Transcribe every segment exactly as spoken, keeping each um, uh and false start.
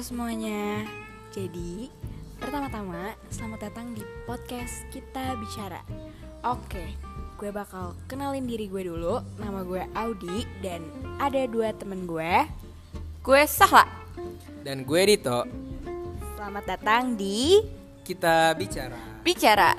Halo semuanya. Jadi, pertama-tama selamat datang di podcast Kita Bicara. Oke, gue bakal kenalin diri gue dulu. Nama gue Audi dan ada dua temen gue. Gue Sahla. Dan gue Dito. Selamat datang di Kita Bicara. Bicara.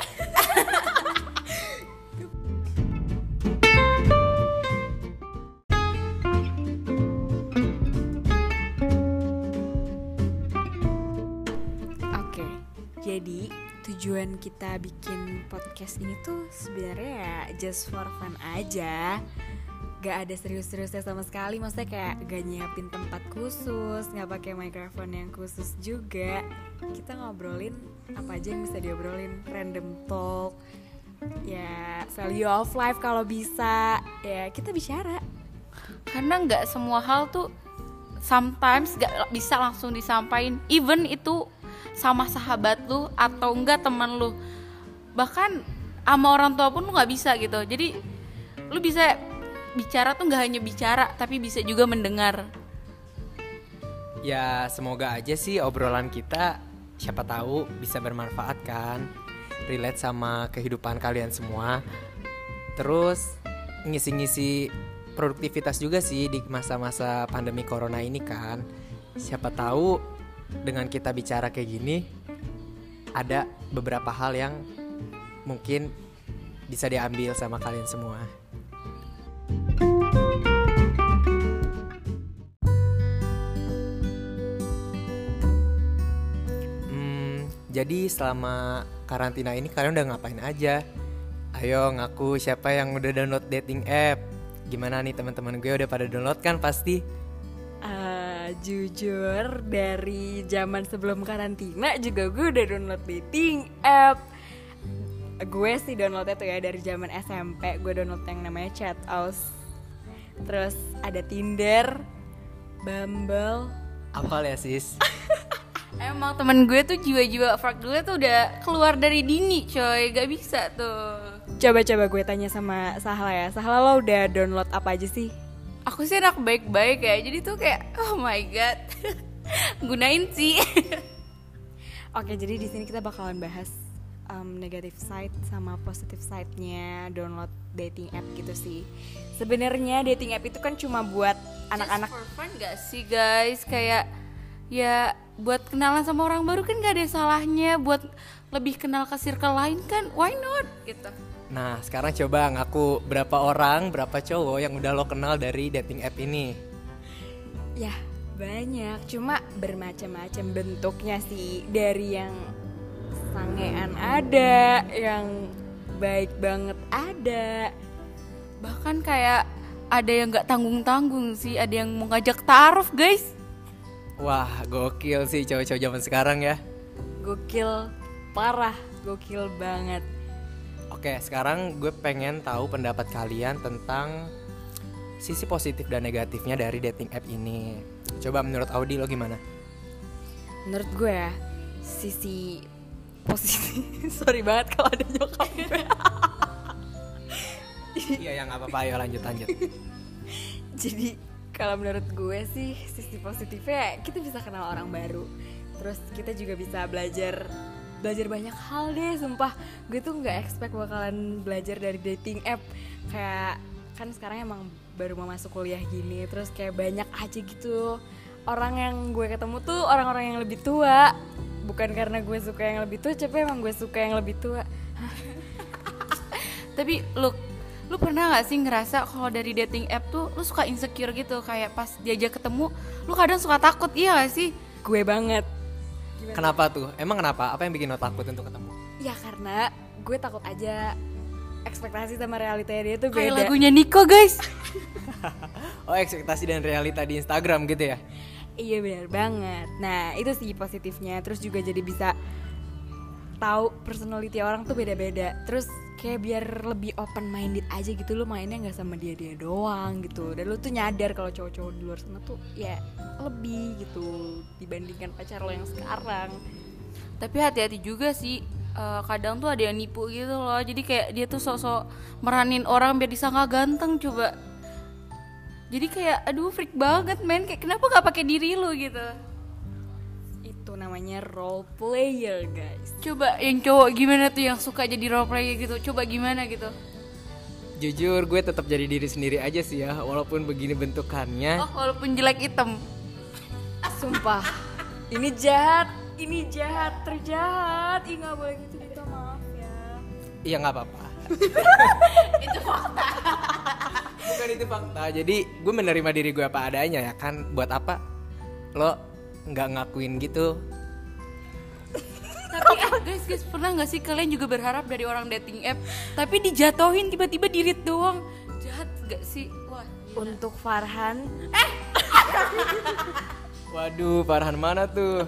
Oke, jadi tujuan kita bikin podcast ini tuh sebenarnya ya just for fun aja. Gak ada serius-seriusnya sama sekali. Maksudnya kayak gak nyiapin tempat khusus, gak pakai mikrofon yang khusus juga. Kita ngobrolin apa aja yang bisa diobrolin, random talk, ya value of life kalau bisa. Ya kita bicara. Karena gak semua hal tuh sometimes gak bisa langsung disampaikan. Even itu sama sahabat lu atau enggak teman lu, bahkan sama orang tua pun lu gak bisa gitu. Jadi lu bisa bicara tuh gak hanya bicara, tapi bisa juga mendengar. Ya semoga aja sih obrolan kita siapa tahu bisa bermanfaat kan, relate sama kehidupan kalian semua. Terus ngisi-ngisi produktivitas juga sih di masa-masa pandemi corona ini kan. Siapa tahu dengan kita bicara kayak gini ada beberapa hal yang mungkin bisa diambil sama kalian semua. Hmm, jadi selama karantina ini kalian udah ngapain aja? Ayo ngaku siapa yang udah download dating app. Gimana nih teman-teman gue udah pada download kan pasti? Uh, jujur dari zaman sebelum karantina juga gue udah download dating app. Gue sih downloadnya tuh ya dari zaman S M P. Gue download yang namanya Chathouse. Terus ada Tinder, Bumble. Apal ya sis? Emang temen gue tuh jiwa-jiwa frak gue tuh udah keluar dari dini coy, gak bisa tuh. Coba-coba gue tanya sama Sahla ya. Sahla, lo udah download apa aja sih? Aku sih anak baik-baik ya, jadi tuh kayak oh my god, gunain sih. Oke, jadi di sini kita bakalan bahas um, negative side sama positive side-nya download dating app gitu sih. Sebenarnya dating app itu kan cuma buat anak-anak. Just for fun gak sih guys? Kayak ya buat kenalan sama orang baru kan gak ada salahnya. Buat lebih kenal ke circle lain kan, why not gitu. Nah sekarang coba ngaku berapa orang, berapa cowok yang udah lo kenal dari dating app ini? Ya banyak, cuma bermacam-macam bentuknya sih. Dari yang sangean ada, yang baik banget ada. Bahkan kayak ada yang gak tanggung-tanggung sih, ada yang mau ngajak taruh guys. Wah gokil sih cowok-cowok zaman sekarang ya. Gokil, parah, gokil banget. Oke, sekarang gue pengen tahu pendapat kalian tentang sisi positif dan negatifnya dari dating app ini. Coba menurut Audi lo gimana? Menurut gue ya, sisi positif. Sorry banget kalau ada nyokap gue. Iya ya nggak apa-apa, ayo lanjut lanjut. Jadi kalau menurut gue sih sisi positifnya kita bisa kenal orang baru. Terus kita juga bisa belajar belajar banyak hal deh, sumpah. Gue tuh nggak expect bakalan belajar dari dating app. Kayak kan sekarang emang baru mau masuk kuliah gini, terus kayak banyak aja gitu orang yang gue ketemu tuh orang-orang yang lebih tua. Bukan karena gue suka yang lebih tua, tapi emang gue suka yang lebih tua. Tapi lu lu pernah gak sih ngerasa kalau dari dating app tuh lu suka insecure gitu, kayak pas diajak ketemu lu kadang suka takut, iya gak sih? Gue banget. Gimana? Kenapa tuh? Emang kenapa? Apa yang bikin lo takut untuk ketemu? Ya karena gue takut aja ekspektasi sama realitanya dia tuh beda. Kayak lagunya Nico guys. Oh ekspektasi dan realita di Instagram gitu ya? Iya benar banget. Nah itu sih positifnya. Terus juga jadi bisa tahu personality orang tuh beda-beda. Terus kayak biar lebih open minded aja gitu. Lu mainnya gak sama dia-dia doang gitu. Dan lu tuh nyadar kalau cowok-cowok di luar sana tuh ya lebih gitu dibandingkan pacar lo yang sekarang. Tapi hati-hati juga sih, uh, kadang tuh ada yang nipu gitu loh. Jadi kayak dia tuh sok-sok meranin orang biar disangka ganteng coba. Jadi kayak aduh freak banget men, kayak kenapa gak pakai diri lu gitu. itu namanya role player guys. Coba yang cowok gimana tuh yang suka jadi role player gitu, coba gimana gitu. Jujur gue tetap jadi diri sendiri aja sih ya, walaupun begini bentukannya. Oh walaupun jelek hitam. Sumpah, ini jahat, ini jahat, terjahat. Ih nggak boleh gitu gitu, maaf ya. Iya nggak apa-apa. Itu fakta. Bukan itu fakta. Jadi gue menerima diri gue apa adanya ya kan. Buat apa lo nggak ngakuin gitu? Tapi eh, guys guys pernah nggak sih kalian juga berharap dari orang dating app tapi dijatohin tiba-tiba di-read doang? Jahat gak sih? Wah. Untuk Farhan, Waduh, Farhan mana tuh?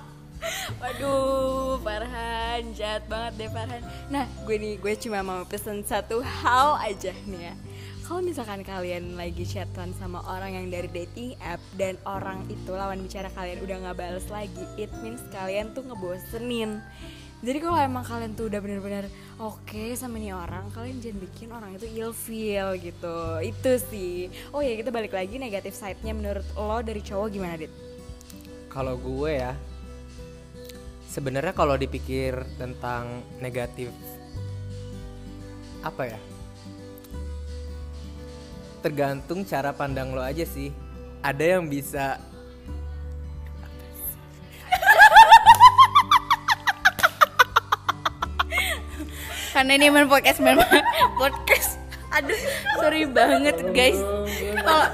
waduh Farhan, jahat banget deh Farhan. Nah gue nih, gue cuma mau pesen satu hal aja nih ya. Kalau misalkan kalian lagi chatan sama orang yang dari dating app dan orang itu lawan bicara kalian udah gak bales lagi, it means kalian tuh ngebosenin. Jadi kalau emang kalian tuh udah bener-bener oke okay sama nih orang, kalian jangan bikin orang itu ilfeel gitu. Itu sih. Oh ya, kita balik lagi negatif side-nya menurut lo dari cowok gimana, Dit? Kalau gue ya, sebenarnya kalau dipikir tentang negatif apa ya? Tergantung cara pandang lo aja sih. Ada yang bisa Karena ini main podcast main podcast. Aduh, sorry banget guys. Kalau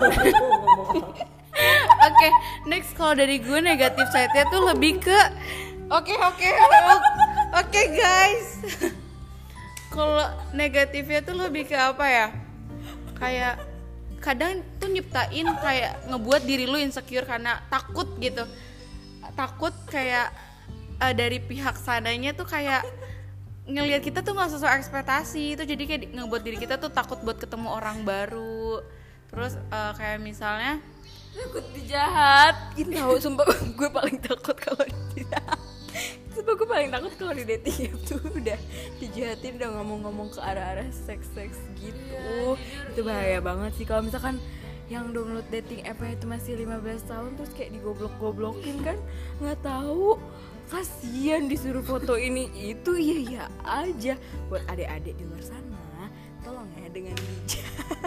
Oke, next kalau dari gue negatif side-nya tuh lebih ke Oke, oke. Oke, guys. Kalau negatifnya tuh lebih ke apa ya? Kayak kadang tuh nyiptain kayak ngebuat diri lu insecure karena takut gitu. Takut kayak uh, dari pihak sananya tuh kayak ngelihat kita tuh nggak sesuai ekspektasi itu, jadi kayak ngebuat diri kita tuh takut buat ketemu orang baru. Terus uh, kayak misalnya Takut dijahatin tau, sumpah gue paling takut kalau dijahat. Sumpah gue paling takut kalau di dating app tuh udah dijahatin, udah ngomong-ngomong ke arah-arah seks-seks gitu. Itu bahaya banget sih kalau misalkan yang download dating app-nya itu masih lima belas tahun terus kayak digoblok-goblokin kan, nggak tahu. Kasian disuruh foto ini itu, iya iya aja. Buat adik-adik di luar sana, tolong ya dengan bijak.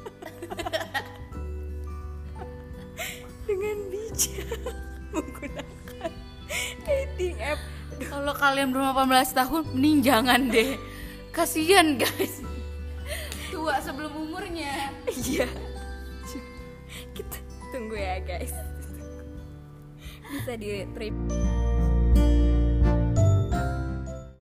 Dengan bijak menggunakan dating app. kalau kalian belum delapan belas tahun mending jangan deh. Kasian guys. Tua sebelum umurnya. Iya. Kita tunggu ya guys. Bisa di trip.